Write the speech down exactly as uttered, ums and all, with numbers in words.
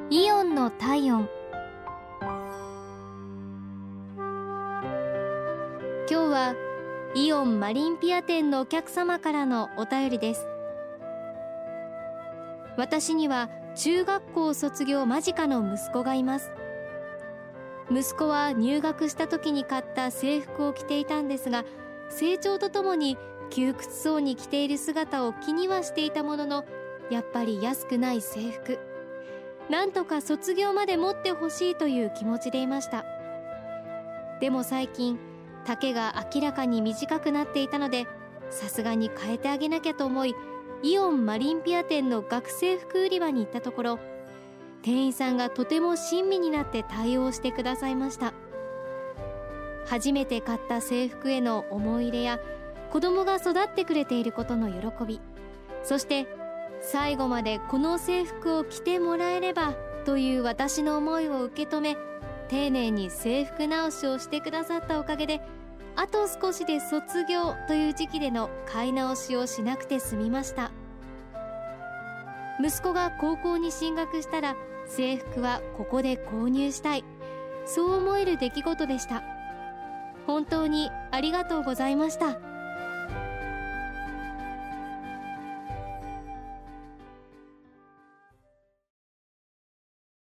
イオンの体温。今日はイオンマリンピア店のお客様からのお便りです。私には中学校卒業間近の息子がいます。息子は入学した時に買った制服を着ていたんですが、成長とともに窮屈そうに着ている姿を気にはしていたものの、やっぱり安くない制服、なんとか卒業まで持ってほしいという気持ちでいました。でも最近丈が明らかに短くなっていたので、さすがに変えてあげなきゃと思い、イオンマリンピア店の学生服売り場に行ったところ、店員さんがとても親身になって対応してくださいました。初めて買った制服への思い入れや、子供が育ってくれていることの喜び、そして最後までこの制服を着てもらえればという私の思いを受け止め、丁寧に制服直しをしてくださったおかげで、あと少しで卒業という時期での買い直しをしなくて済みました。息子が高校に進学したら制服はここで購入したい、そう思える出来事でした。本当にありがとうございました。